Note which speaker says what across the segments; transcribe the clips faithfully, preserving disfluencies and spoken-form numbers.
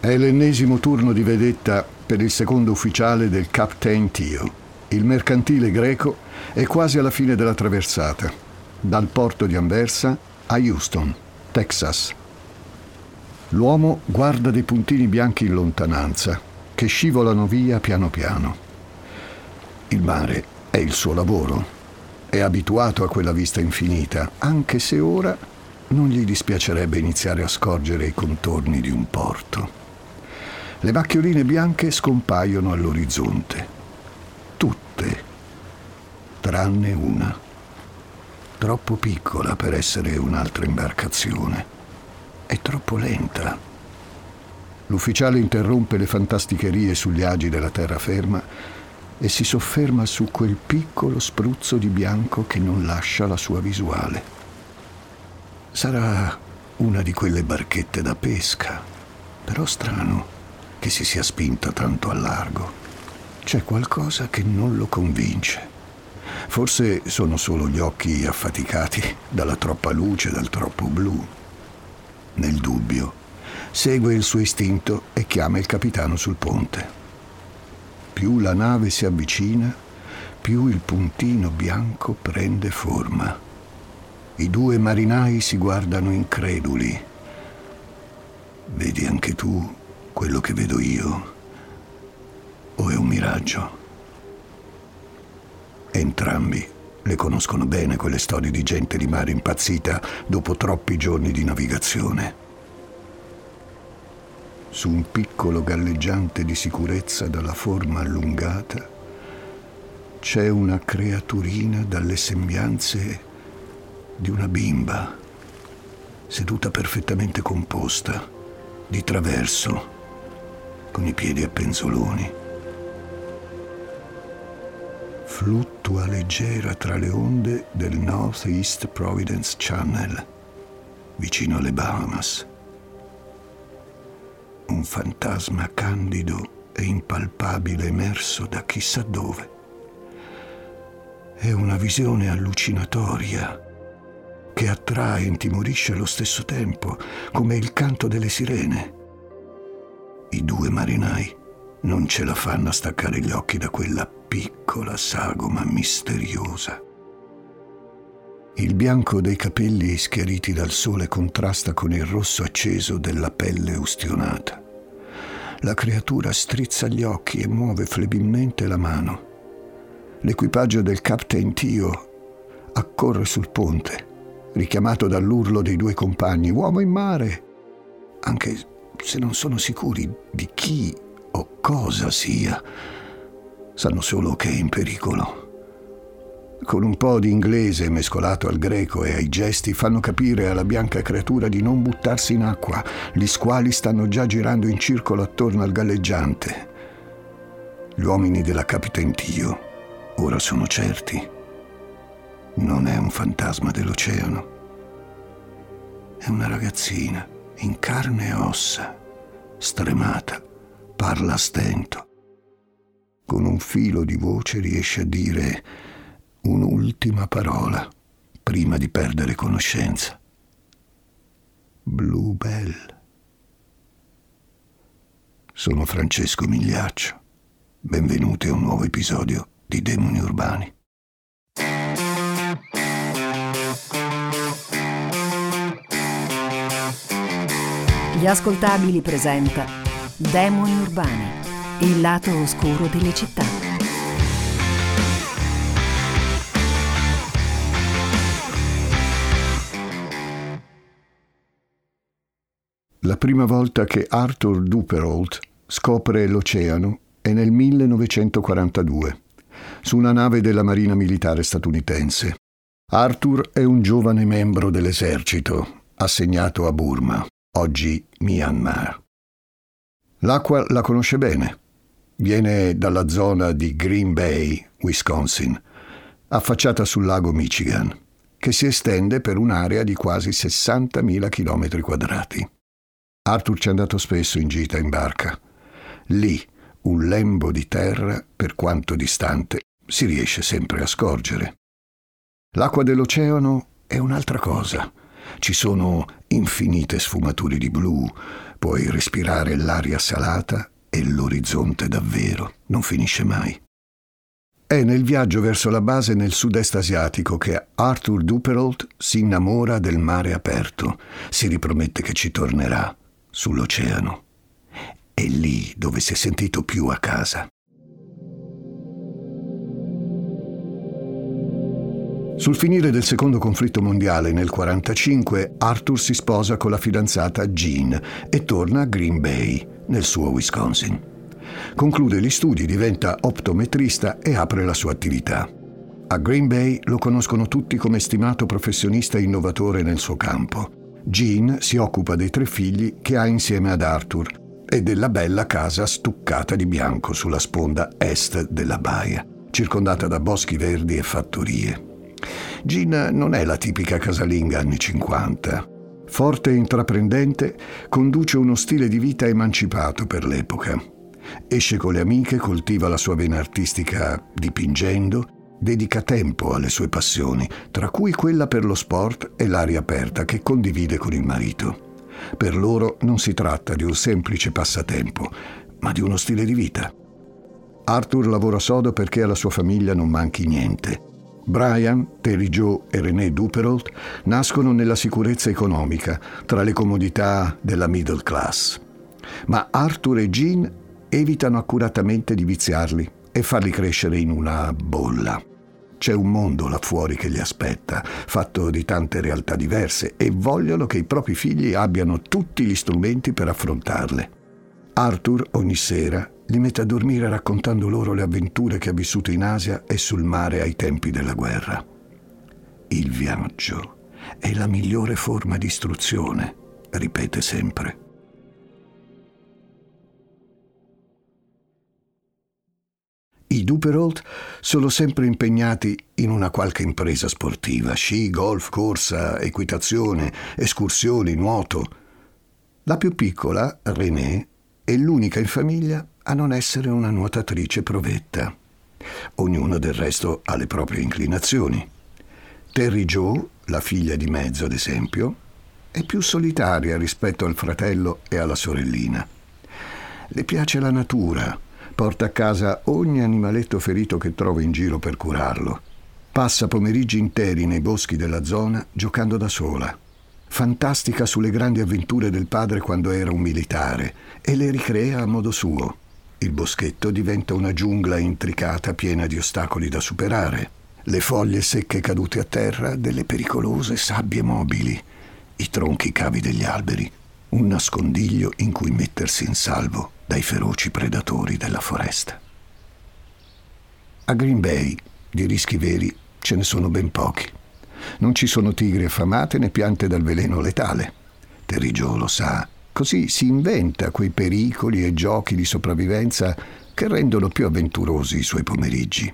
Speaker 1: È l'ennesimo turno di vedetta per il secondo ufficiale del Captain Tio. Il mercantile greco è quasi alla fine della traversata, dal porto di Anversa a Houston, Texas. L'uomo guarda dei puntini bianchi in lontananza, che scivolano via piano piano. Il mare è il suo lavoro. È abituato a quella vista infinita, anche se ora non gli dispiacerebbe iniziare a scorgere i contorni di un porto. Le macchioline bianche scompaiono all'orizzonte. Tutte, tranne una. Troppo piccola per essere un'altra imbarcazione. È troppo lenta. L'ufficiale interrompe le fantasticherie sugli agi della terraferma e si sofferma su quel piccolo spruzzo di bianco che non lascia la sua visuale. Sarà una di quelle barchette da pesca, però strano che si sia spinta tanto a largo. C'è qualcosa che non lo convince. Forse sono solo gli occhi affaticati dalla troppa luce, dal troppo blu. Nel dubbio, segue il suo istinto e chiama il capitano sul ponte. Più la nave si avvicina, più il puntino bianco prende forma. I due marinai si guardano increduli. Vedi anche tu quello che vedo io? O è un miraggio? Entrambi le conoscono bene quelle storie di gente di mare impazzita dopo troppi giorni di navigazione. Su un piccolo galleggiante di sicurezza dalla forma allungata c'è una creaturina dalle sembianze di una bimba, seduta perfettamente composta, di traverso, con i piedi a penzoloni. Fluttua leggera tra le onde del Northeast Providence Channel, vicino alle Bahamas. Un fantasma candido e impalpabile emerso da chissà dove. È una visione allucinatoria che attrae e intimorisce allo stesso tempo, come il canto delle sirene. I due marinai non ce la fanno a staccare gli occhi da quella piccola sagoma misteriosa. Il bianco dei capelli schiariti dal sole contrasta con il rosso acceso della pelle ustionata. La creatura strizza gli occhi e muove flebilmente la mano. L'equipaggio del Captain Tio accorre sul ponte, richiamato dall'urlo dei due compagni, uomo in mare, anche se non sono sicuri di chi o cosa sia. Sanno solo che è in pericolo. Con un po' di inglese mescolato al greco e ai gesti fanno capire alla bianca creatura di non buttarsi in acqua. Gli squali stanno già girando in circolo attorno al galleggiante. Gli uomini della Captain Tio ora sono certi. Non è un fantasma dell'oceano. È una ragazzina in carne e ossa, stremata, parla a stento. Con un filo di voce riesce a dire un'ultima parola prima di perdere conoscenza. Bluebell. Sono Francesco Migliaccio. Benvenuti a un nuovo episodio di Demoni Urbani.
Speaker 2: Gli Ascoltabili presenta Demoni Urbani, il lato oscuro delle città.
Speaker 1: La prima volta che Arthur Duperrault scopre l'oceano è nel millenovecentoquarantadue, su una nave della Marina Militare statunitense. Arthur è un giovane membro dell'esercito, assegnato a Burma, oggi Myanmar. L'acqua la conosce bene. Viene dalla zona di Green Bay, Wisconsin, affacciata sul lago Michigan, che si estende per un'area di quasi sessantamila chilometri quadrati. Arthur ci è andato spesso in gita in barca. Lì, un lembo di terra, per quanto distante, si riesce sempre a scorgere. L'acqua dell'oceano è un'altra cosa. Ci sono infinite sfumature di blu, Puoi respirare l'aria salata e l'orizzonte davvero non finisce mai. È nel viaggio verso la base nel sud-est asiatico che Arthur Duperrault si innamora del mare aperto, si ripromette che ci tornerà sull'oceano. È lì dove si è sentito più a casa. Sul finire del secondo conflitto mondiale nel quarantacinque, Arthur si sposa con la fidanzata Jean e torna a Green Bay, nel suo Wisconsin. Conclude gli studi, diventa optometrista e apre la sua attività. A Green Bay lo conoscono tutti come stimato professionista e innovatore nel suo campo. Jean si occupa dei tre figli che ha insieme ad Arthur e della bella casa stuccata di bianco sulla sponda est della baia, circondata da boschi verdi e fattorie. Jean non è la tipica casalinga anni cinquanta. Forte e intraprendente, conduce uno stile di vita emancipato per l'epoca. Esce con le amiche, coltiva la sua vena artistica dipingendo, dedica tempo alle sue passioni, tra cui quella per lo sport e l'aria aperta che condivide con il marito. Per loro non si tratta di un semplice passatempo, ma di uno stile di vita. Arthur lavora sodo perché alla sua famiglia non manchi niente. Brian, Terry Joe e René Duperrault nascono nella sicurezza economica, tra le comodità della middle class. Ma Arthur e Jean evitano accuratamente di viziarli e farli crescere in una bolla. C'è un mondo là fuori che li aspetta, fatto di tante realtà diverse, e vogliono che i propri figli abbiano tutti gli strumenti per affrontarle. Arthur ogni sera li mette a dormire raccontando loro le avventure che ha vissuto in Asia e sul mare ai tempi della guerra. Il viaggio è la migliore forma di istruzione, ripete sempre. I Duperrault sono sempre impegnati in una qualche impresa sportiva, sci, golf, corsa, equitazione, escursioni, nuoto. La più piccola, René, è l'unica in famiglia a non essere una nuotatrice provetta. Ognuno del resto ha le proprie inclinazioni. Terry Joe, la figlia di mezzo ad esempio, è più solitaria rispetto al fratello e alla sorellina. Le piace la natura, porta a casa ogni animaletto ferito che trova in giro per curarlo. Passa pomeriggi interi nei boschi della zona giocando da sola. Fantastica sulle grandi avventure del padre quando era un militare e le ricrea a modo suo. Il boschetto diventa una giungla intricata piena di ostacoli da superare. Le foglie secche cadute a terra, delle pericolose sabbie mobili. I tronchi cavi degli alberi, un nascondiglio in cui mettersi in salvo dai feroci predatori della foresta. A Green Bay di rischi veri ce ne sono ben pochi. Non ci sono tigri affamate né piante dal veleno letale. Terry Joe lo sa, così si inventa quei pericoli e giochi di sopravvivenza che rendono più avventurosi i suoi pomeriggi.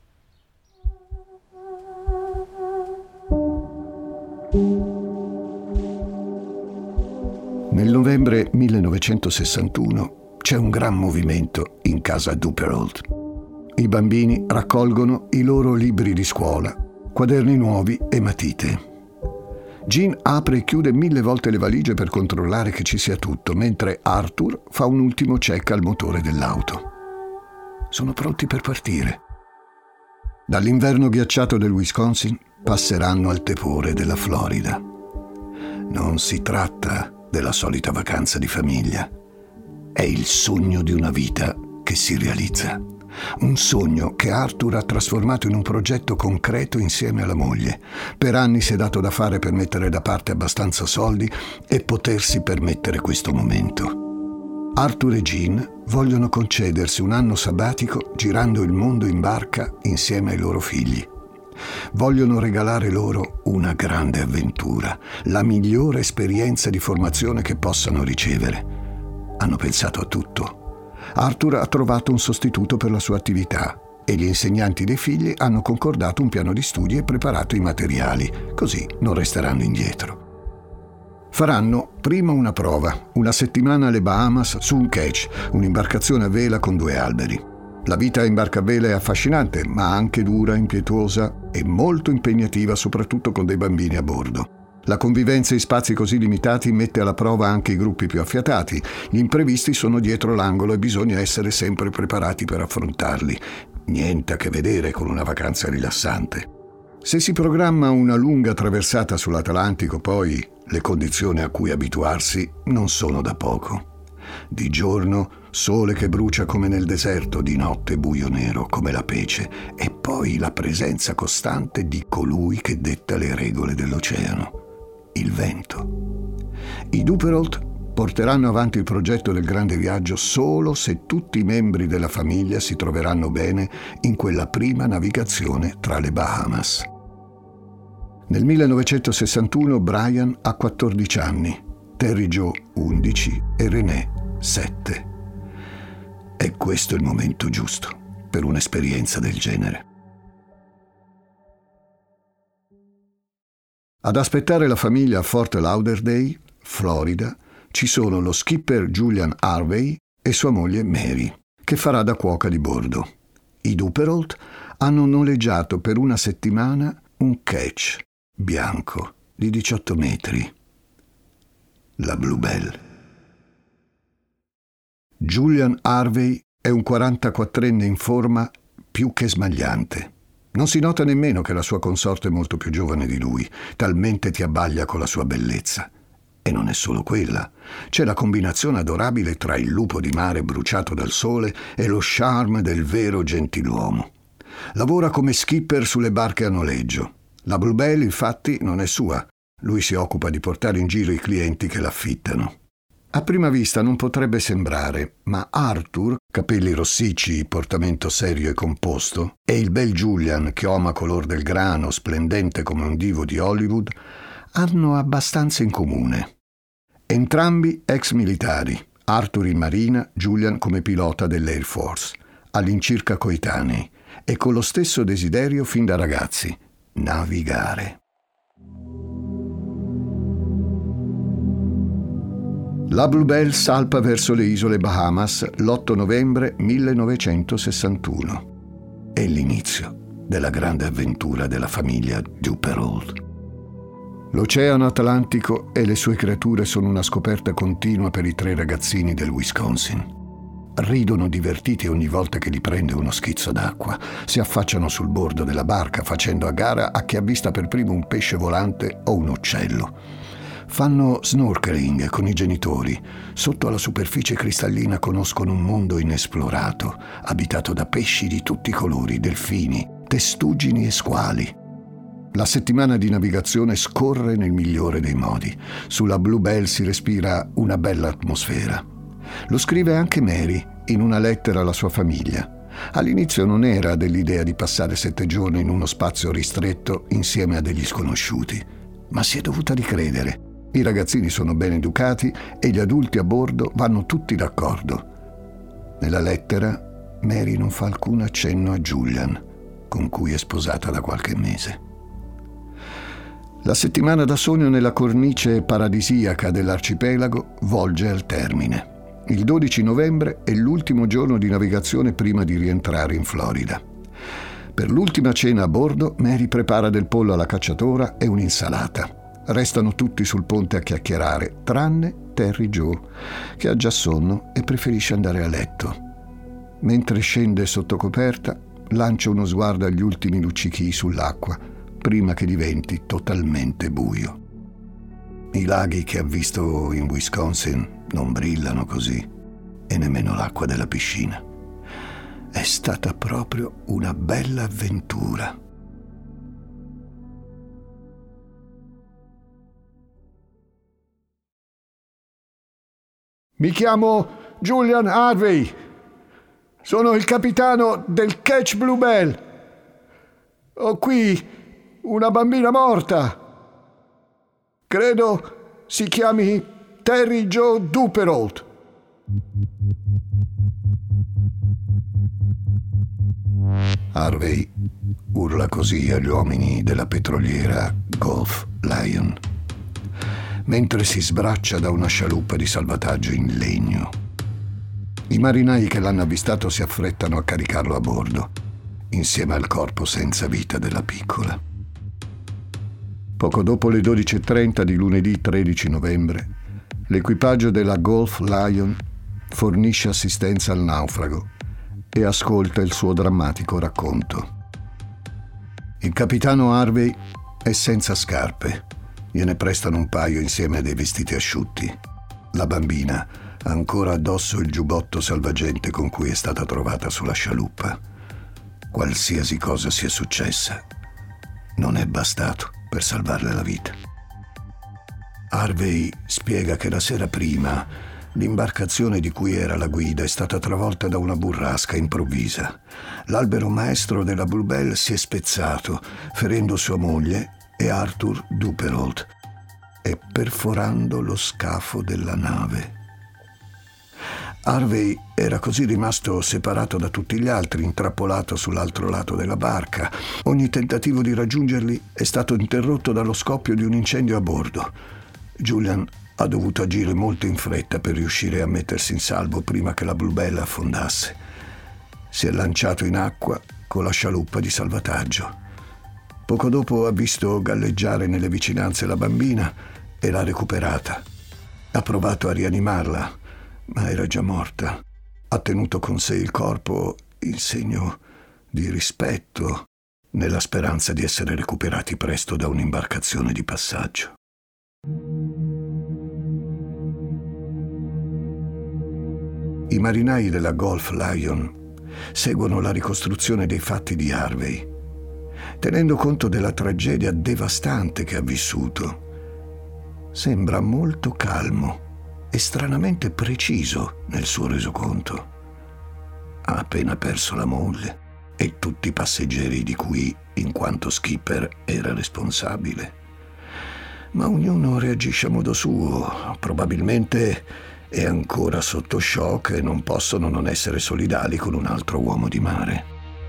Speaker 1: Nel novembre millenovecentosessantuno c'è un gran movimento in casa Duperrault. I bambini raccolgono i loro libri di scuola, quaderni nuovi e matite. Jean apre e chiude mille volte le valigie per controllare che ci sia tutto, mentre Arthur fa un ultimo check al motore dell'auto. Sono pronti per partire. Dall'inverno ghiacciato del Wisconsin passeranno al tepore della Florida. Non si tratta della solita vacanza di famiglia. È il sogno di una vita che si realizza. Un sogno che Arthur ha trasformato in un progetto concreto insieme alla moglie. Per anni si è dato da fare per mettere da parte abbastanza soldi e potersi permettere questo momento. Arthur e Jean vogliono concedersi un anno sabbatico girando il mondo in barca insieme ai loro figli. Vogliono regalare loro una grande avventura, la migliore esperienza di formazione che possano ricevere. Hanno pensato a tutto. Arthur ha trovato un sostituto per la sua attività e gli insegnanti dei figli hanno concordato un piano di studi e preparato i materiali, così non resteranno indietro. Faranno prima una prova, una settimana alle Bahamas su un ketch, un'imbarcazione a vela con due alberi. La vita in barca a vela è affascinante, ma anche dura, impetuosa e molto impegnativa, soprattutto con dei bambini a bordo. La convivenza in spazi così limitati mette alla prova anche i gruppi più affiatati. Gli imprevisti sono dietro l'angolo e bisogna essere sempre preparati per affrontarli. Niente a che vedere con una vacanza rilassante. Se si programma una lunga traversata sull'Atlantico, poi le condizioni a cui abituarsi non sono da poco. Di giorno sole che brucia come nel deserto, di notte buio nero come la pece, e poi la presenza costante di colui che detta le regole dell'oceano, il vento. I Duperrault porteranno avanti il progetto del grande viaggio solo se tutti i membri della famiglia si troveranno bene in quella prima navigazione tra le Bahamas. Nel millenovecentosessantuno Brian ha quattordici anni, Terry Joe undici e René sette. E questo è il momento giusto per un'esperienza del genere. Ad aspettare la famiglia a Fort Lauderdale, Florida, ci sono lo skipper Julian Harvey e sua moglie Mary, che farà da cuoca di bordo. I Duperrault hanno noleggiato per una settimana un ketch bianco di diciotto metri, la Bluebell. Julian Harvey è un quarantaquattrenne in forma più che smagliante. Non si nota nemmeno che la sua consorte è molto più giovane di lui, talmente ti abbaglia con la sua bellezza. E non è solo quella. C'è la combinazione adorabile tra il lupo di mare bruciato dal sole e lo charme del vero gentiluomo. Lavora come skipper sulle barche a noleggio. La Bluebell, infatti, non è sua. Lui si occupa di portare in giro i clienti che l'affittano. A prima vista non potrebbe sembrare, ma Arthur, capelli rossicci, portamento serio e composto, e il bel Julian, chioma color del grano, splendente come un divo di Hollywood, hanno abbastanza in comune. Entrambi ex militari, Arthur in marina, Julian come pilota dell'Air Force, all'incirca coetanei, e con lo stesso desiderio fin da ragazzi, navigare. La Bluebell salpa verso le isole Bahamas l'otto novembre millenovecentosessantuno. È l'inizio della grande avventura della famiglia Duperrault. L'Oceano Atlantico e le sue creature sono una scoperta continua per i tre ragazzini del Wisconsin. Ridono divertiti ogni volta che li prende uno schizzo d'acqua. Si affacciano sul bordo della barca facendo a gara a chi ha vista per primo un pesce volante o un uccello. Fanno snorkeling con i genitori. Sotto alla superficie cristallina conoscono un mondo inesplorato, abitato da pesci di tutti i colori, delfini, testuggini e squali. La settimana di navigazione scorre nel migliore dei modi. Sulla Bluebell si respira una bella atmosfera. Lo scrive anche Mary in una lettera alla sua famiglia. All'inizio non era dell'idea di passare sette giorni in uno spazio ristretto insieme a degli sconosciuti, ma si è dovuta ricredere. I ragazzini sono ben educati e gli adulti a bordo vanno tutti d'accordo. Nella lettera Mary non fa alcun accenno a Julian, con cui è sposata da qualche mese. La settimana da sogno nella cornice paradisiaca dell'arcipelago volge al termine. Il dodici novembre è l'ultimo giorno di navigazione prima di rientrare in Florida. Per l'ultima cena a bordo, Mary prepara del pollo alla cacciatora e un'insalata. Restano tutti sul ponte a chiacchierare, tranne Terry Joe, che ha già sonno e preferisce andare a letto. Mentre scende sotto coperta, lancia uno sguardo agli ultimi luccichii sull'acqua, prima che diventi totalmente buio. I laghi che ha visto in Wisconsin non brillano così, e nemmeno l'acqua della piscina. È stata proprio una bella avventura.
Speaker 3: Mi chiamo Julian Harvey. Sono il capitano del Ketch Bluebell. Ho qui una bambina morta. Credo si chiami Terry Joe Duperrault.
Speaker 1: Harvey urla così agli uomini della petroliera Gulf Lion, mentre si sbraccia da una scialuppa di salvataggio in legno. I marinai che l'hanno avvistato si affrettano a caricarlo a bordo, insieme al corpo senza vita della piccola. Poco dopo le dodici e trenta di lunedì tredici novembre, l'equipaggio della Gulf Lion fornisce assistenza al naufrago e ascolta il suo drammatico racconto. Il capitano Harvey è senza scarpe. Gliene prestano un paio insieme a dei vestiti asciutti. La bambina ha ancora addosso il giubbotto salvagente con cui è stata trovata sulla scialuppa. Qualsiasi cosa sia successa, non è bastato per salvarle la vita. Harvey spiega che la sera prima l'imbarcazione di cui era la guida è stata travolta da una burrasca improvvisa. L'albero maestro della Bluebell si è spezzato, ferendo sua moglie e Arthur Duperrault e perforando lo scafo della nave. Harvey era così rimasto separato da tutti gli altri, intrappolato sull'altro lato della barca. Ogni tentativo di raggiungerli è stato interrotto dallo scoppio di un incendio a bordo. Julian ha dovuto agire molto in fretta per riuscire a mettersi in salvo prima che la Bluebell affondasse. Si è lanciato in acqua con la scialuppa di salvataggio. Poco dopo ha visto galleggiare nelle vicinanze la bambina e l'ha recuperata. Ha provato a rianimarla, ma era già morta. Ha tenuto con sé il corpo in segno di rispetto, nella speranza di essere recuperati presto da un'imbarcazione di passaggio. I marinai della Gulf Lion seguono la ricostruzione dei fatti di Harvey, tenendo conto della tragedia devastante che ha vissuto. Sembra molto calmo e stranamente preciso nel suo resoconto. Ha appena perso la moglie e tutti i passeggeri di cui, in quanto skipper, era responsabile. Ma ognuno reagisce a modo suo. Probabilmente è ancora sotto shock e non possono non essere solidali con un altro uomo di mare.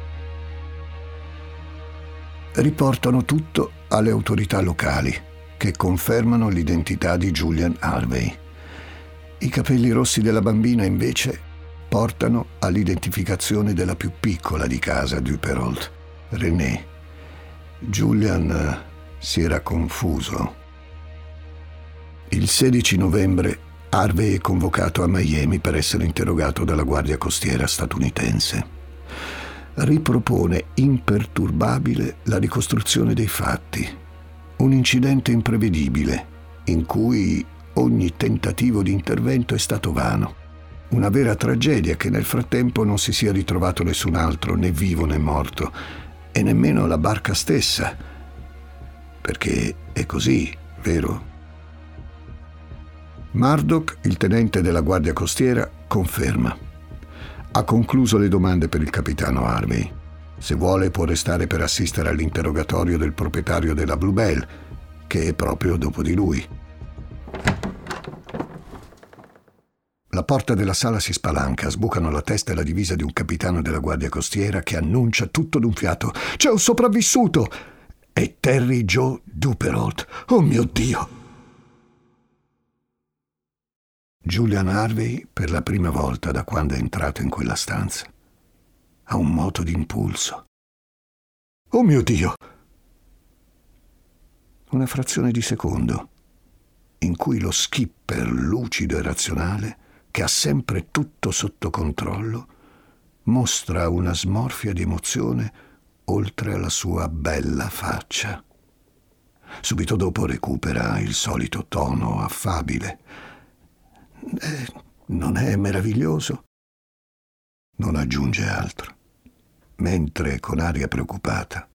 Speaker 1: Riportano tutto alle autorità locali, che confermano l'identità di Julian Harvey. I capelli rossi della bambina, invece, portano all'identificazione della più piccola di casa Duperrault, Renée. Julian si era confuso. Il sedici novembre Harvey è convocato a Miami per essere interrogato dalla Guardia Costiera statunitense. Ripropone imperturbabile la ricostruzione dei fatti. Un incidente imprevedibile in cui ogni tentativo di intervento è stato vano. Una vera tragedia che nel frattempo non si sia ritrovato nessun altro, né vivo né morto, e nemmeno la barca stessa. Perché è così, vero? Murdoch, il tenente della Guardia Costiera, conferma. Ha concluso le domande per il capitano Harvey. Se vuole può restare per assistere all'interrogatorio del proprietario della Bluebell, che è proprio dopo di lui. La porta della sala si spalanca, sbucano la testa e la divisa di un capitano della Guardia Costiera che annuncia tutto d'un fiato: «C'è un sopravvissuto!» È Terry Joe Duperrault. Oh mio Dio! Julian Harvey, per la prima volta da quando è entrato in quella stanza, ha un moto d'impulso. Oh mio Dio! Una frazione di secondo in cui lo skipper lucido e razionale, che ha sempre tutto sotto controllo, mostra una smorfia di emozione oltre alla sua bella faccia. Subito dopo recupera il solito tono affabile. Eh, non è meraviglioso? Non aggiunge altro, mentre con aria preoccupata: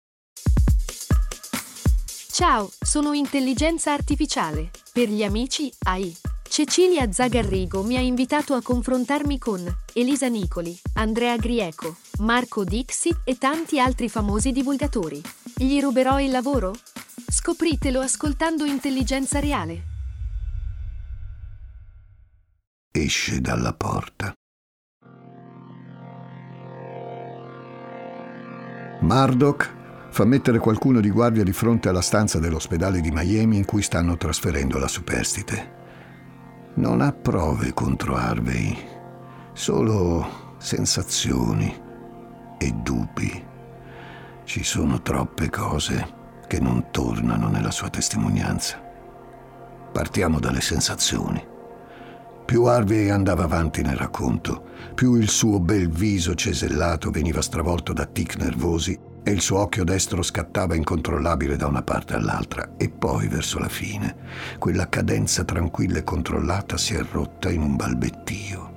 Speaker 4: Ciao, sono intelligenza artificiale. Per gli amici A I. Cecilia Zagarrigo mi ha invitato a confrontarmi con Elisa Nicoli, Andrea Grieco, Marco Dixi e tanti altri famosi divulgatori. Gli ruberò il lavoro? Scopritelo ascoltando Intelligenza Reale.
Speaker 1: Esce dalla porta. Murdoch fa mettere qualcuno di guardia di fronte alla stanza dell'ospedale di Miami in cui stanno trasferendo la superstite. Non ha prove contro Harvey, solo sensazioni e dubbi. Ci sono troppe cose che non tornano nella sua testimonianza. Partiamo dalle sensazioni. Più Harvey andava avanti nel racconto, più il suo bel viso cesellato veniva stravolto da tic nervosi e il suo occhio destro scattava incontrollabile da una parte all'altra, e poi, verso la fine, quella cadenza tranquilla e controllata si è rotta in un balbettio.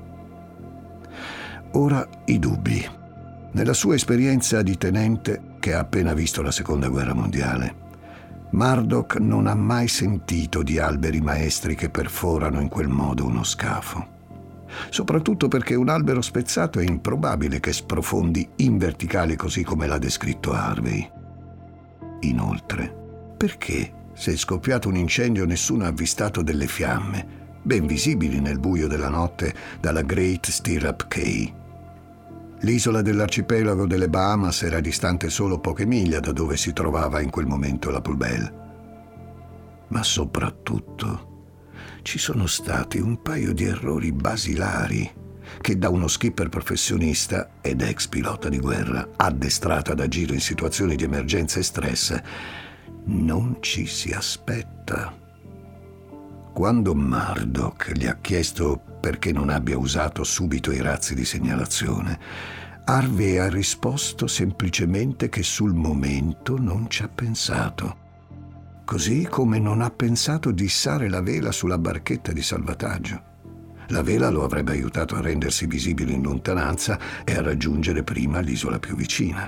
Speaker 1: Ora i dubbi. Nella sua esperienza di tenente, che ha appena visto la Seconda Guerra Mondiale, Murdoch non ha mai sentito di alberi maestri che perforano in quel modo uno scafo. Soprattutto perché un albero spezzato è improbabile che sprofondi in verticale così come l'ha descritto Harvey. Inoltre, perché, se è scoppiato un incendio, nessuno ha avvistato delle fiamme, ben visibili nel buio della notte dalla Great Stirrup Cay? L'isola dell'arcipelago delle Bahamas era distante solo poche miglia da dove si trovava in quel momento la Blue Bell. Ma soprattutto ci sono stati un paio di errori basilari che da uno skipper professionista ed ex pilota di guerra, addestrato ad agire in situazioni di emergenza e stress, non ci si aspetta. Quando Murdoch gli ha chiesto perché non abbia usato subito i razzi di segnalazione, Harvey ha risposto semplicemente che sul momento non ci ha pensato. Così come non ha pensato di issare la vela sulla barchetta di salvataggio. La vela lo avrebbe aiutato a rendersi visibile in lontananza e a raggiungere prima l'isola più vicina.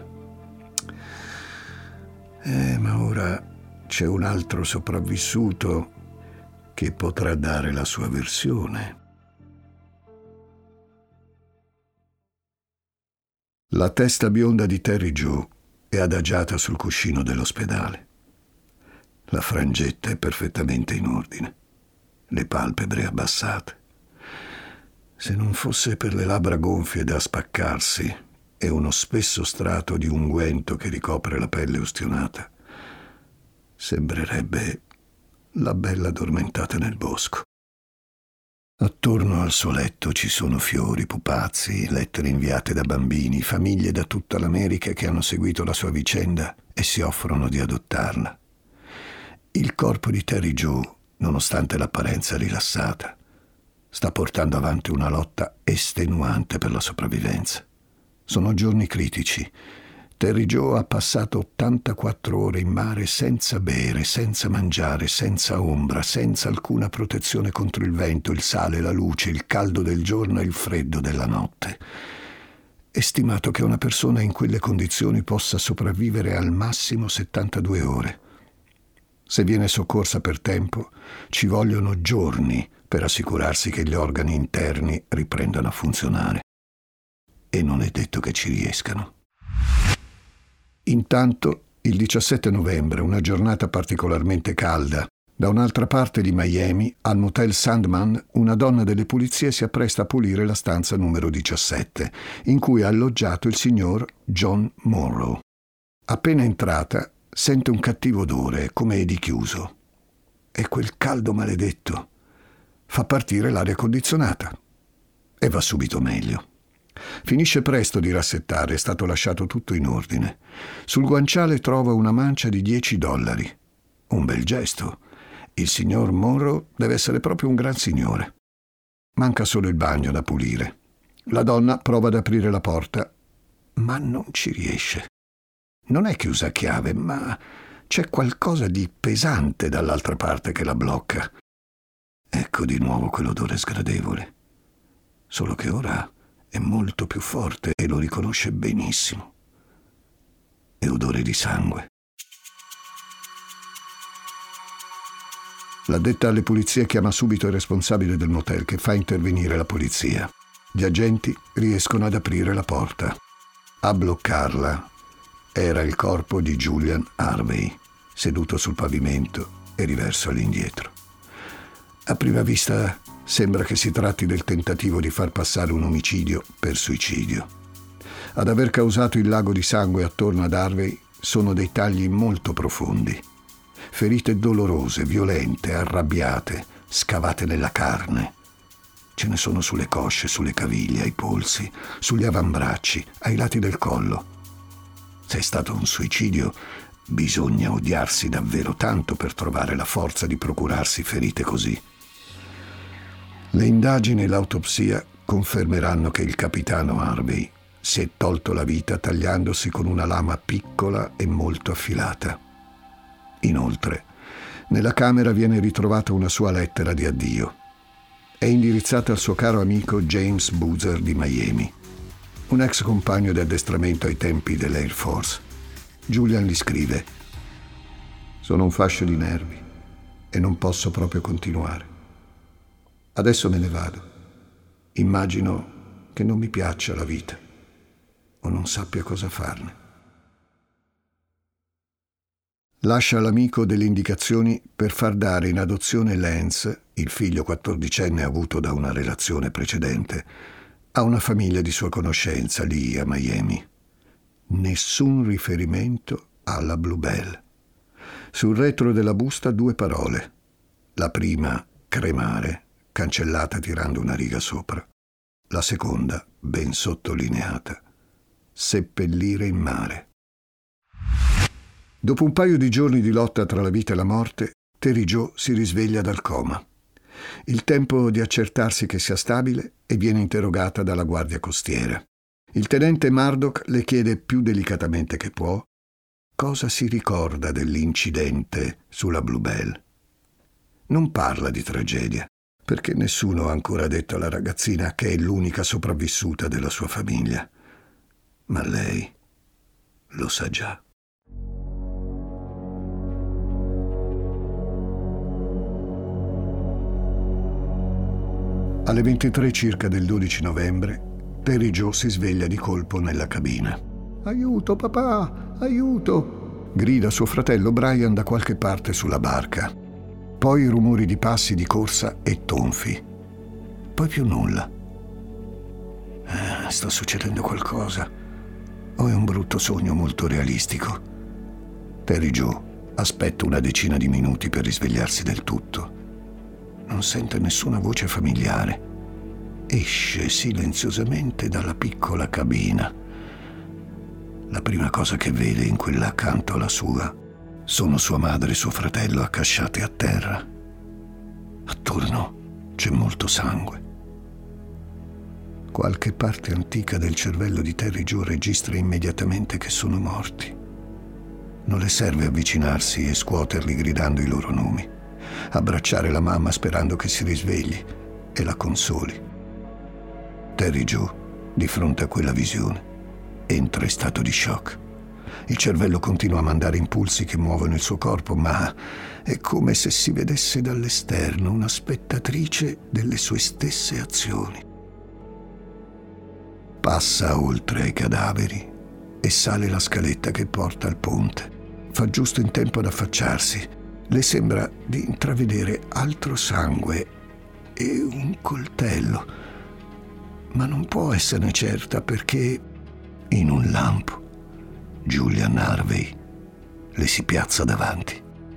Speaker 1: Eh, ma ora c'è un altro sopravvissuto che potrà dare la sua versione. La testa bionda di Terry Joe è adagiata sul cuscino dell'ospedale. La frangetta è perfettamente in ordine, le palpebre abbassate. Se non fosse per le labbra gonfie da spaccarsi e uno spesso strato di unguento che ricopre la pelle ustionata, sembrerebbe la bella addormentata nel bosco. Attorno al suo letto ci sono fiori, pupazzi, lettere inviate da bambini, famiglie da tutta l'America che hanno seguito la sua vicenda e si offrono di adottarla. Il corpo di Terry Joe, nonostante l'apparenza rilassata, sta portando avanti una lotta estenuante per la sopravvivenza. Sono giorni critici. Terry Joe ha passato ottantaquattro ore in mare senza bere, senza mangiare, senza ombra, senza alcuna protezione contro il vento, il sale, la luce, il caldo del giorno e il freddo della notte. È stimato che una persona in quelle condizioni possa sopravvivere al massimo settantadue ore. Se viene soccorsa per tempo, ci vogliono giorni per assicurarsi che gli organi interni riprendano a funzionare. E non è detto che ci riescano. Intanto, il diciassette novembre, una giornata particolarmente calda, da un'altra parte di Miami, al motel Sandman, una donna delle pulizie si appresta a pulire la stanza numero diciassette, in cui è alloggiato il signor John Monroe. Appena entrata, sente un cattivo odore, come di chiuso. E quel caldo maledetto fa partire l'aria condizionata. E va subito meglio. Finisce presto di rassettare, è stato lasciato tutto in ordine. Sul guanciale trova una mancia di dieci dollari. Un bel gesto. Il signor Monroe deve essere proprio un gran signore. Manca solo il bagno da pulire. La donna prova ad aprire la porta, ma non ci riesce. Non è chiusa a chiave, ma c'è qualcosa di pesante dall'altra parte che la blocca. Ecco di nuovo quell'odore sgradevole. Solo che ora è molto più forte e lo riconosce benissimo. È odore di sangue. L'addetta alle pulizie chiama subito il responsabile del motel, che fa intervenire la polizia. Gli agenti riescono ad aprire la porta. A bloccarla era il corpo di Julian Harvey, seduto sul pavimento e riverso all'indietro. A prima vista sembra che si tratti del tentativo di far passare un omicidio per suicidio. Ad aver causato il lago di sangue attorno ad Harvey sono dei tagli molto profondi. Ferite dolorose, violente, arrabbiate, scavate nella carne. Ce ne sono sulle cosce, sulle caviglie, ai polsi, sugli avambracci, ai lati del collo. Se è stato un suicidio, Bisogna odiarsi davvero tanto per trovare la forza di procurarsi ferite così. Le indagini e l'autopsia confermeranno che il capitano Harvey si è tolto la vita tagliandosi con una lama piccola e molto affilata. Inoltre, nella camera viene ritrovata una sua lettera di addio. È indirizzata al suo caro amico James Boozer di Miami, un ex compagno di addestramento ai tempi dell'Air Force. Julian gli scrive: «Sono un fascio di nervi e non posso proprio continuare. Adesso me ne vado. Immagino che non mi piaccia la vita o non sappia cosa farne». Lascia all'amico delle indicazioni per far dare in adozione Lance, il figlio quattordicenne avuto da una relazione precedente, a una famiglia di sua conoscenza lì a Miami. Nessun riferimento alla Bluebell. Sul retro della busta due parole. La prima, cremare, cancellata tirando una riga sopra. La seconda, ben sottolineata, seppellire in mare. Dopo un paio di giorni di lotta tra la vita e la morte, Terry Jo si risveglia dal coma. Il tempo di accertarsi che sia stabile e viene interrogata dalla guardia costiera. Il tenente Murdoch le chiede più delicatamente che può cosa si ricorda dell'incidente sulla Bluebell. Non parla di tragedia, perché nessuno ha ancora detto alla ragazzina che è l'unica sopravvissuta della sua famiglia. Ma lei lo sa già. Alle ventitré circa del dodici novembre, Terry Jo si sveglia di colpo nella cabina. «Aiuto, papà! Aiuto!» grida suo fratello Brian da qualche parte sulla barca. Poi rumori di passi di corsa e tonfi. Poi più nulla. Eh, sta succedendo qualcosa. O è un brutto sogno molto realistico? Terry Jo aspetta una decina di minuti per risvegliarsi del tutto. Non sente nessuna voce familiare. Esce silenziosamente dalla piccola cabina. La prima cosa che vede in quella accanto alla sua sono sua madre e suo fratello accasciati a terra. Attorno c'è molto sangue. Qualche parte antica del cervello di Terry Jo registra immediatamente che sono morti. Non le serve avvicinarsi e scuoterli gridando i loro nomi, abbracciare la mamma sperando che si risvegli e la consoli. Terry Jo, di fronte a quella visione, entra in stato di shock. Il cervello continua a mandare impulsi che muovono il suo corpo, ma è come se si vedesse dall'esterno una spettatrice delle sue stesse azioni. Passa oltre ai cadaveri e sale la scaletta che porta al ponte. Fa giusto in tempo ad affacciarsi. Le sembra di intravedere altro sangue e un coltello, ma non può esserne certa perché in un lampo Julian Harvey le si piazza davanti.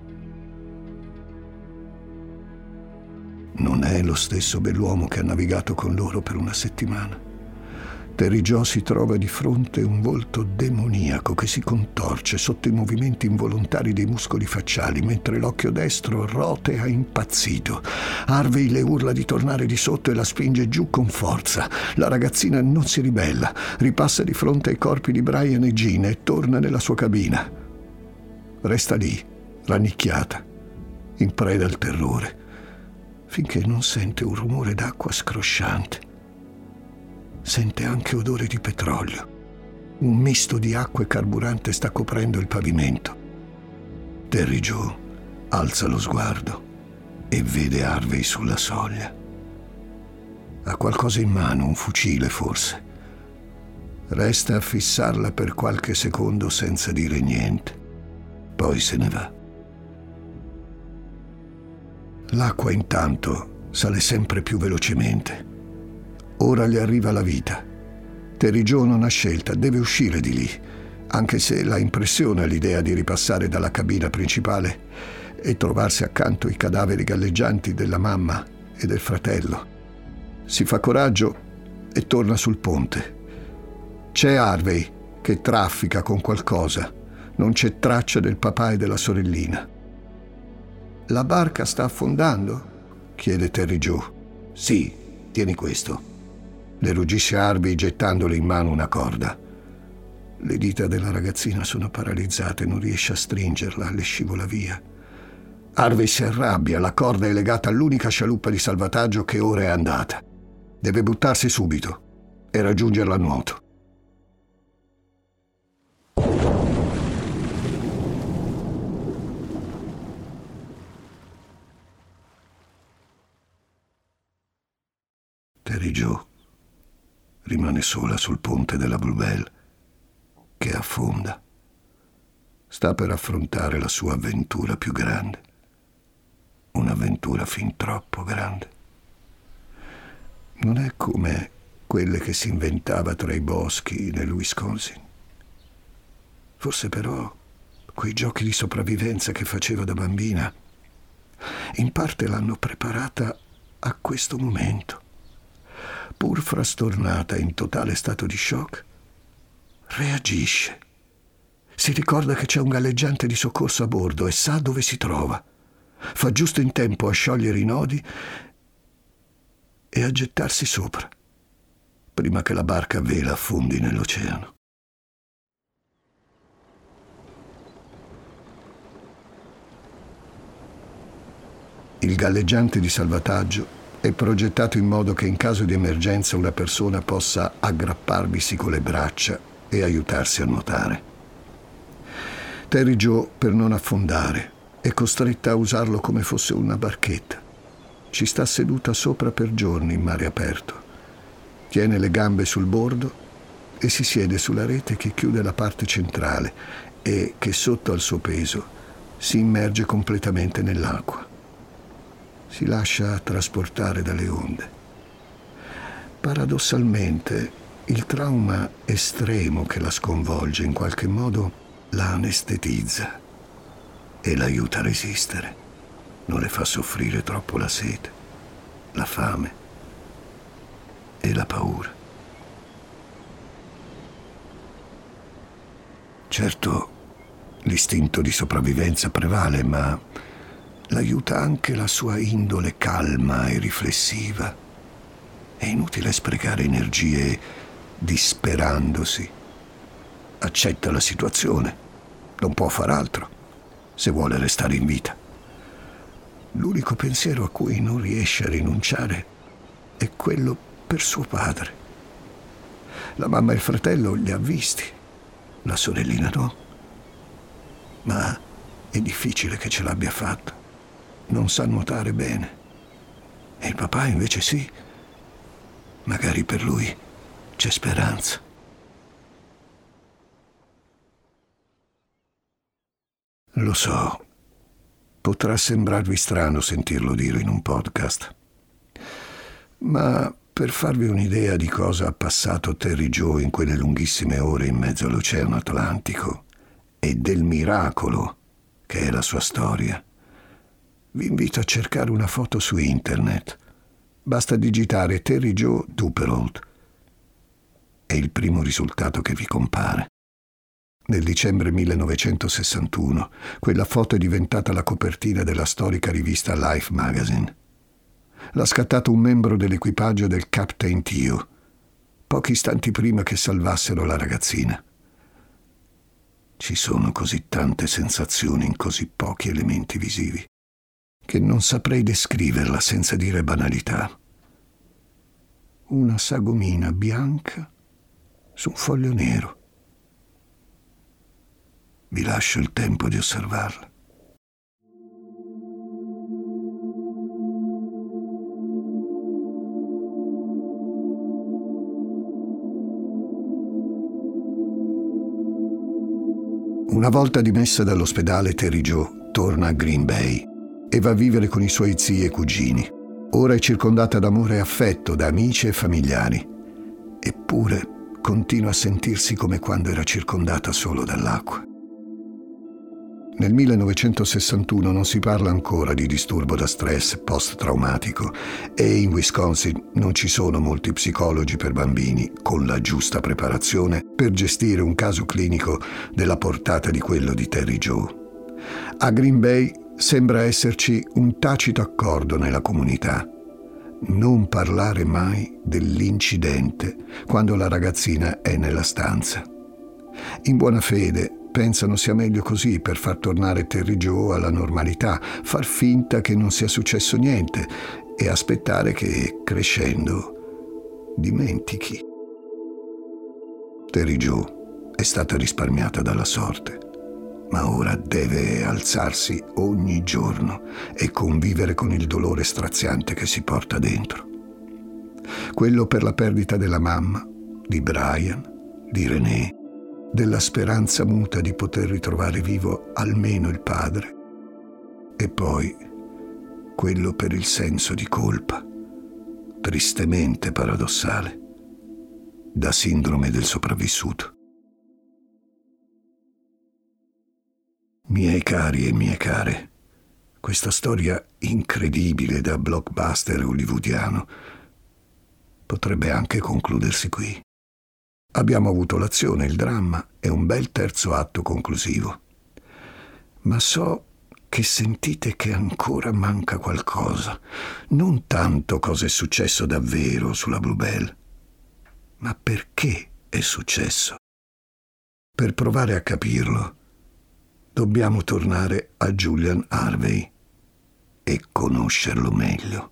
Speaker 1: Non è lo stesso bell'uomo che ha navigato con loro per una settimana. Terry Jo si trova di fronte un volto demoniaco che si contorce sotto i movimenti involontari dei muscoli facciali, mentre l'occhio destro rotea impazzito. Harvey le urla di tornare di sotto e la spinge giù con forza. La ragazzina non si ribella, ripassa di fronte ai corpi di Brian e Jean e torna nella sua cabina. Resta lì, rannicchiata, in preda al terrore, finché non sente un rumore d'acqua scrosciante. Sente anche odore di petrolio. Un misto di acqua e carburante sta coprendo il pavimento. Terry Jo alza lo sguardo e vede Harvey sulla soglia. Ha qualcosa in mano, un fucile forse. Resta a fissarla per qualche secondo senza dire niente. Poi se ne va. L'acqua intanto sale sempre più velocemente. Ora gli arriva la vita. Terry Jo non ha scelta, deve uscire di lì, anche se la impressiona l'idea di ripassare dalla cabina principale e trovarsi accanto ai cadaveri galleggianti della mamma e del fratello. Si fa coraggio e torna sul ponte. C'è Harvey che traffica con qualcosa. Non c'è traccia del papà e della sorellina.
Speaker 3: La barca sta affondando?
Speaker 1: Chiede Terry Joe. Sì, tieni questo. Le ruggisce Harvey gettandole in mano una corda. Le dita della ragazzina sono paralizzate, non riesce a stringerla, le scivola via. Harvey si arrabbia, la corda è legata all'unica scialuppa di salvataggio che ora è andata. Deve buttarsi subito e raggiungerla a nuoto. Terry Joe rimane sola sul ponte della Bluebell, che affonda. Sta per affrontare la sua avventura più grande. Un'avventura fin troppo grande. Non è come quelle che si inventava tra i boschi nel Wisconsin. Forse però quei giochi di sopravvivenza che faceva da bambina in parte l'hanno preparata a questo momento. Pur frastornata, in totale stato di shock, reagisce. Si ricorda che c'è un galleggiante di soccorso a bordo e sa dove si trova. Fa giusto in tempo a sciogliere i nodi e a gettarsi sopra, prima che la barca a vela affondi nell'oceano. Il galleggiante di salvataggio è progettato in modo che in caso di emergenza una persona possa aggrapparvisi con le braccia e aiutarsi a nuotare. Terry Joe, per non affondare, è costretta a usarlo come fosse una barchetta. Ci sta seduta sopra per giorni in mare aperto. Tiene le gambe sul bordo e si siede sulla rete che chiude la parte centrale e che sotto al suo peso si immerge completamente nell'acqua. Si lascia trasportare dalle onde. Paradossalmente, il trauma estremo che la sconvolge in qualche modo la anestetizza e l'aiuta a resistere. Non le fa soffrire troppo la sete, la fame e la paura. Certo, l'istinto di sopravvivenza prevale, ma l'aiuta anche la sua indole calma e riflessiva. È inutile sprecare energie disperandosi. Accetta la situazione. Non può far altro se vuole restare in vita. L'unico pensiero a cui non riesce a rinunciare è quello per suo padre. La mamma e il fratello li ha visti, la sorellina no. Ma è difficile che ce l'abbia fatta. Non sa nuotare bene. E il papà invece sì. Magari per lui c'è speranza. Lo so, potrà sembrarvi strano sentirlo dire in un podcast, ma per farvi un'idea di cosa ha passato Terry Joe in quelle lunghissime ore in mezzo all'Oceano Atlantico e del miracolo che è la sua storia, vi invito a cercare una foto su internet. Basta digitare Terry Joe Duperrault. È il primo risultato che vi compare. Nel dicembre millenovecentosessantuno, quella foto è diventata la copertina della storica rivista Life Magazine. L'ha scattato un membro dell'equipaggio del Captain Tio, pochi istanti prima che salvassero la ragazzina. Ci sono così tante sensazioni in così pochi elementi visivi che non saprei descriverla senza dire banalità. Una sagomina bianca su un foglio nero. Vi lascio il tempo di osservarla. Una volta dimessa dall'ospedale, Terry Joe torna a Green Bay e va a vivere con i suoi zii e cugini. Ora è circondata d'amore e affetto da amici e familiari, eppure continua a sentirsi come quando era circondata solo dall'acqua. Nel millenovecentosessantuno non si parla ancora di disturbo da stress post-traumatico e in Wisconsin non ci sono molti psicologi per bambini con la giusta preparazione per gestire un caso clinico della portata di quello di Terry Joe. A Green Bay sembra esserci un tacito accordo nella comunità: non parlare mai dell'incidente quando la ragazzina è nella stanza. In buona fede pensano sia meglio così per far tornare Terry Joe alla normalità, far finta che non sia successo niente e aspettare che, crescendo, dimentichi. Terry Joe è stata risparmiata dalla sorte, ma ora deve alzarsi ogni giorno e convivere con il dolore straziante che si porta dentro. Quello per la perdita della mamma, di Brian, di Renee, della speranza muta di poter ritrovare vivo almeno il padre, e poi quello per il senso di colpa, tristemente paradossale, da sindrome del sopravvissuto. Miei cari e mie care, questa storia incredibile da blockbuster hollywoodiano potrebbe anche concludersi qui. Abbiamo avuto l'azione, il dramma e un bel terzo atto conclusivo. Ma so che sentite che ancora manca qualcosa. Non tanto cosa è successo davvero sulla Bluebell, ma perché è successo. Per provare a capirlo, dobbiamo tornare a Julian Harvey e conoscerlo meglio.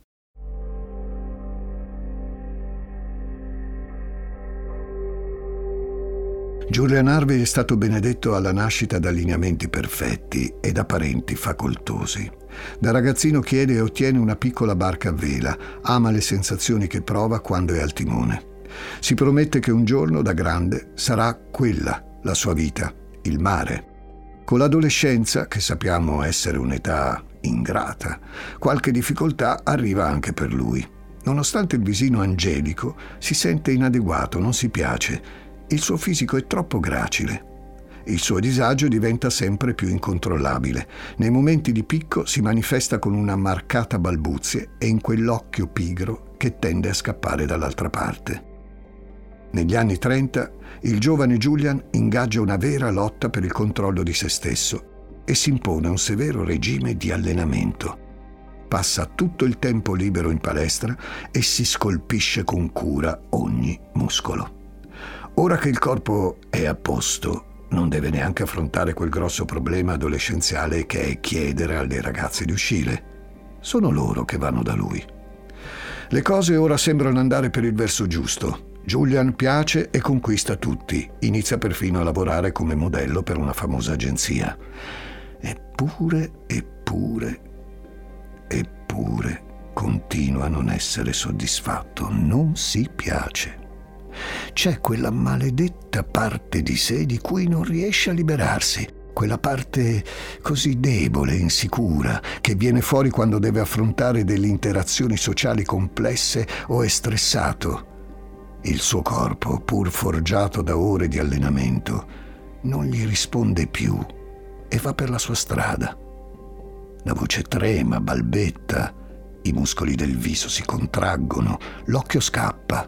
Speaker 1: Julian Harvey è stato benedetto alla nascita da lineamenti perfetti e da parenti facoltosi. Da ragazzino chiede e ottiene una piccola barca a vela, ama le sensazioni che prova quando è al timone. Si promette che un giorno, da grande, sarà quella la sua vita, il mare. Con l'adolescenza, che sappiamo essere un'età ingrata, qualche difficoltà arriva anche per lui. Nonostante il visino angelico, si sente inadeguato, non si piace. Il suo fisico è troppo gracile. Il suo disagio diventa sempre più incontrollabile. Nei momenti di picco si manifesta con una marcata balbuzie e in quell'occhio pigro che tende a scappare dall'altra parte. Negli anni trenta, il giovane Julian ingaggia una vera lotta per il controllo di se stesso e si impone un severo regime di allenamento. Passa tutto il tempo libero in palestra e si scolpisce con cura ogni muscolo. Ora che il corpo è a posto, non deve neanche affrontare quel grosso problema adolescenziale che è chiedere alle ragazze di uscire. Sono loro che vanno da lui. Le cose ora sembrano andare per il verso giusto. Julian piace e conquista tutti. Inizia perfino a lavorare come modello per una famosa agenzia. Eppure, eppure, eppure continua a non essere soddisfatto. Non si piace. C'è quella maledetta parte di sé di cui non riesce a liberarsi, quella parte così debole e insicura che viene fuori quando deve affrontare delle interazioni sociali complesse o è stressato. Il suo corpo, pur forgiato da ore di allenamento, non gli risponde più e va per la sua strada. La voce trema, balbetta, i muscoli del viso si contraggono, l'occhio scappa.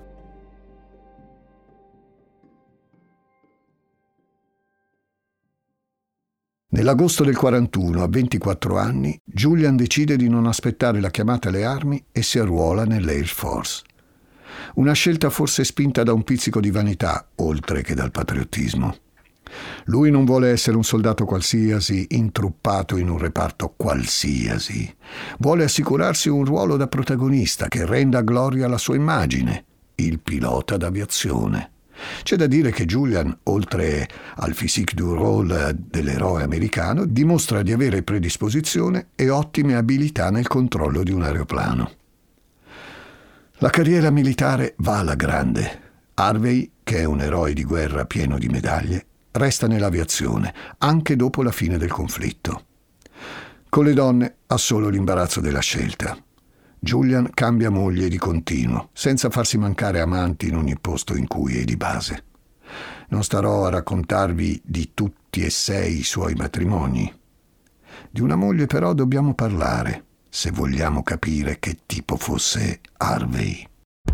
Speaker 1: Nell'agosto del quarantuno, a ventiquattro anni, Julian decide di non aspettare la chiamata alle armi e si arruola nell'Air Force. Una scelta forse spinta da un pizzico di vanità, oltre che dal patriottismo. Lui non vuole essere un soldato qualsiasi, intruppato in un reparto qualsiasi. Vuole assicurarsi un ruolo da protagonista che renda gloria alla sua immagine, il pilota d'aviazione. C'è da dire che Julian, oltre al physique du rôle dell'eroe americano, dimostra di avere predisposizione e ottime abilità nel controllo di un aeroplano. La carriera militare va alla grande. Harvey, che è un eroe di guerra pieno di medaglie, resta nell'aviazione, anche dopo la fine del conflitto. Con le donne ha solo l'imbarazzo della scelta. Julian cambia moglie di continuo, senza farsi mancare amanti in ogni posto in cui è di base. Non starò a raccontarvi di tutti e sei i suoi matrimoni. Di una moglie però dobbiamo parlare, se vogliamo capire che tipo fosse Harvey.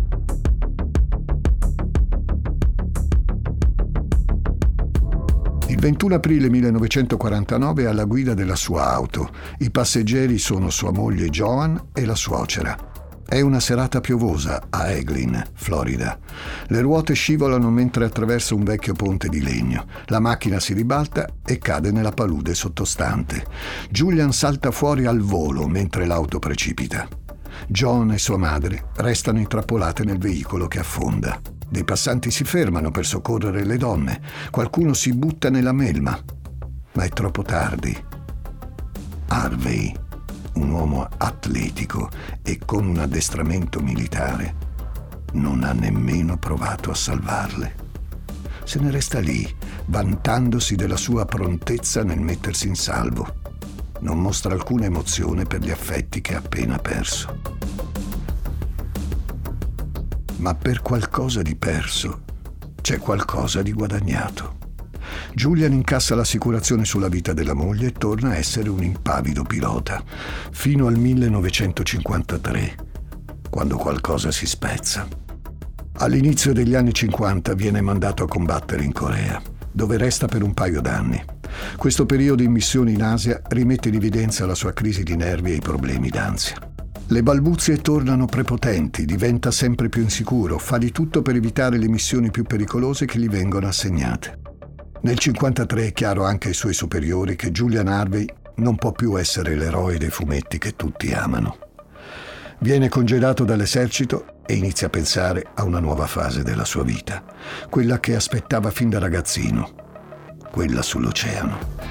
Speaker 1: Il ventuno aprile millenovecentoquarantanove è alla guida della sua auto. I passeggeri sono sua moglie Joan e la suocera. È una serata piovosa a Eglin, Florida. Le ruote scivolano mentre attraversa un vecchio ponte di legno. La macchina si ribalta e cade nella palude sottostante. Julian salta fuori al volo mentre l'auto precipita. Joan e sua madre restano intrappolate nel veicolo che affonda. Dei passanti si fermano per soccorrere le donne. Qualcuno si butta nella melma. Ma è troppo tardi. Harvey, un uomo atletico e con un addestramento militare, non ha nemmeno provato a salvarle. Se ne resta lì, vantandosi della sua prontezza nel mettersi in salvo. Non mostra alcuna emozione per gli affetti che ha appena perso. Ma per qualcosa di perso c'è qualcosa di guadagnato. Julian incassa l'assicurazione sulla vita della moglie e torna a essere un impavido pilota, fino al millenovecentocinquantatré, quando qualcosa si spezza. All'inizio degli anni cinquanta viene mandato a combattere in Corea, dove resta per un paio d'anni. Questo periodo in missione in Asia rimette in evidenza la sua crisi di nervi e i problemi d'ansia. Le balbuzie tornano prepotenti, diventa sempre più insicuro, fa di tutto per evitare le missioni più pericolose che gli vengono assegnate. Nel cinquantatré è chiaro anche ai suoi superiori che Julian Harvey non può più essere l'eroe dei fumetti che tutti amano. Viene congedato dall'esercito e inizia a pensare a una nuova fase della sua vita, quella che aspettava fin da ragazzino, quella sull'oceano.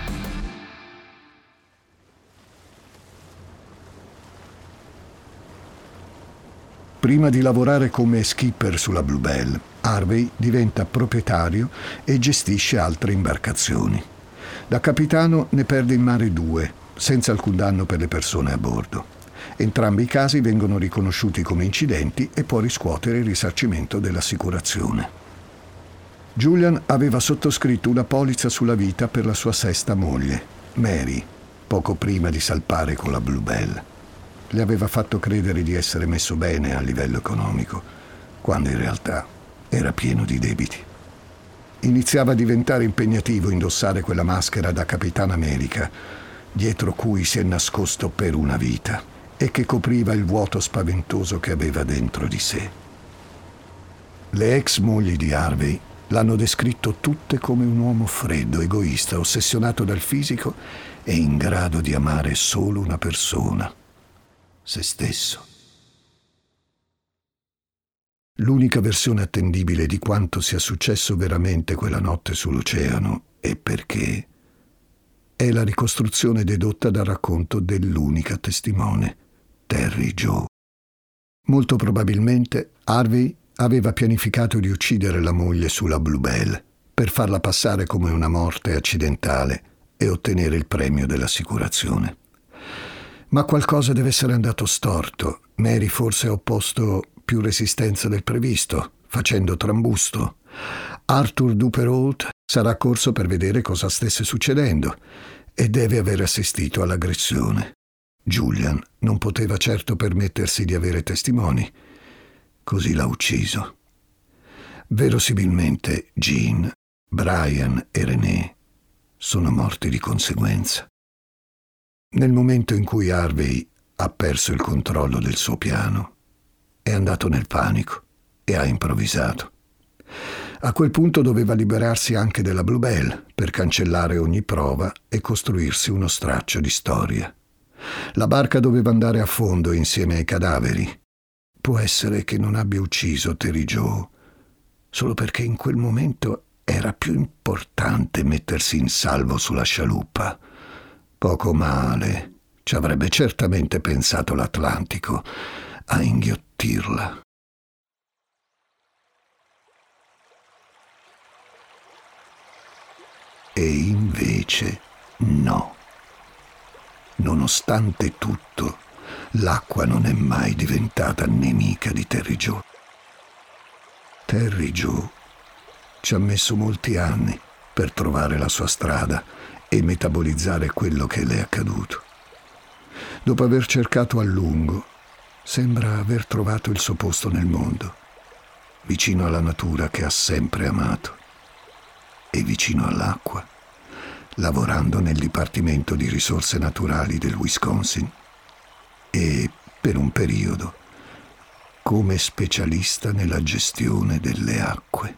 Speaker 1: Prima di lavorare come skipper sulla Bluebell, Harvey diventa proprietario e gestisce altre imbarcazioni. Da capitano ne perde in mare due, senza alcun danno per le persone a bordo. Entrambi i casi vengono riconosciuti come incidenti e può riscuotere il risarcimento dell'assicurazione. Julian aveva sottoscritto una polizza sulla vita per la sua sesta moglie, Mary, poco prima di salpare con la Bluebell. Le aveva fatto credere di essere messo bene a livello economico, quando in realtà era pieno di debiti. Iniziava a diventare impegnativo indossare quella maschera da Capitan America, dietro cui si è nascosto per una vita e che copriva il vuoto spaventoso che aveva dentro di sé. Le ex mogli di Harvey l'hanno descritto tutte come un uomo freddo, egoista, ossessionato dal fisico e in grado di amare solo una persona, se stesso. L'unica versione attendibile di quanto sia successo veramente quella notte sull'oceano e perché è la ricostruzione dedotta dal racconto dell'unica testimone, Terry Jo. Molto probabilmente Harvey aveva pianificato di uccidere la moglie sulla Bluebell per farla passare come una morte accidentale e ottenere il premio dell'assicurazione. Ma qualcosa deve essere andato storto. Mary forse ha opposto più resistenza del previsto, facendo trambusto. Arthur Duperrault sarà corso per vedere cosa stesse succedendo e deve aver assistito all'aggressione. Julian non poteva certo permettersi di avere testimoni, così l'ha ucciso. Verosimilmente Jean, Brian e René sono morti di conseguenza. Nel momento in cui Harvey ha perso il controllo del suo piano, è andato nel panico e ha improvvisato. A quel punto doveva liberarsi anche della Bluebell per cancellare ogni prova e costruirsi uno straccio di storia. La barca doveva andare a fondo insieme ai cadaveri. Può essere che non abbia ucciso Terry Jo solo perché in quel momento era più importante mettersi in salvo sulla scialuppa. Poco male, ci avrebbe certamente pensato l'Atlantico a inghiottirla. E invece no. Nonostante tutto, l'acqua non è mai diventata nemica di Terry Jo. Terry Jo ci ha messo molti anni per trovare la sua strada e metabolizzare quello che le è accaduto. Dopo aver cercato a lungo, sembra aver trovato il suo posto nel mondo, vicino alla natura che ha sempre amato e vicino all'acqua, lavorando nel Dipartimento di Risorse Naturali del Wisconsin e, per un periodo, come specialista nella gestione delle acque.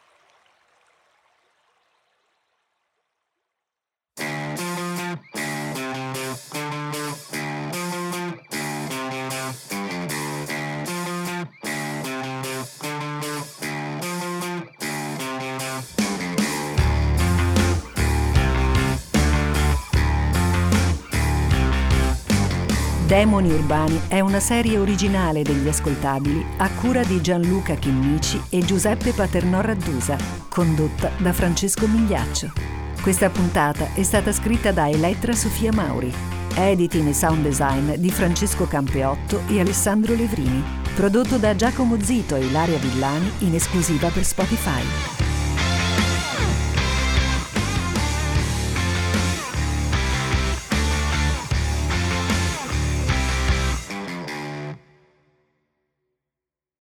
Speaker 2: Demoni Urbani è una serie originale degli Ascoltabili a cura di Gianluca Chinnici e Giuseppe Paternò Raddusa, condotta da Francesco Migliaccio. Questa puntata è stata scritta da Elettra Sofia Mauri, editing e sound design di Francesco Campeotto e Alessandro Levrini, prodotto da Giacomo Zito e Ilaria Villani in esclusiva per Spotify.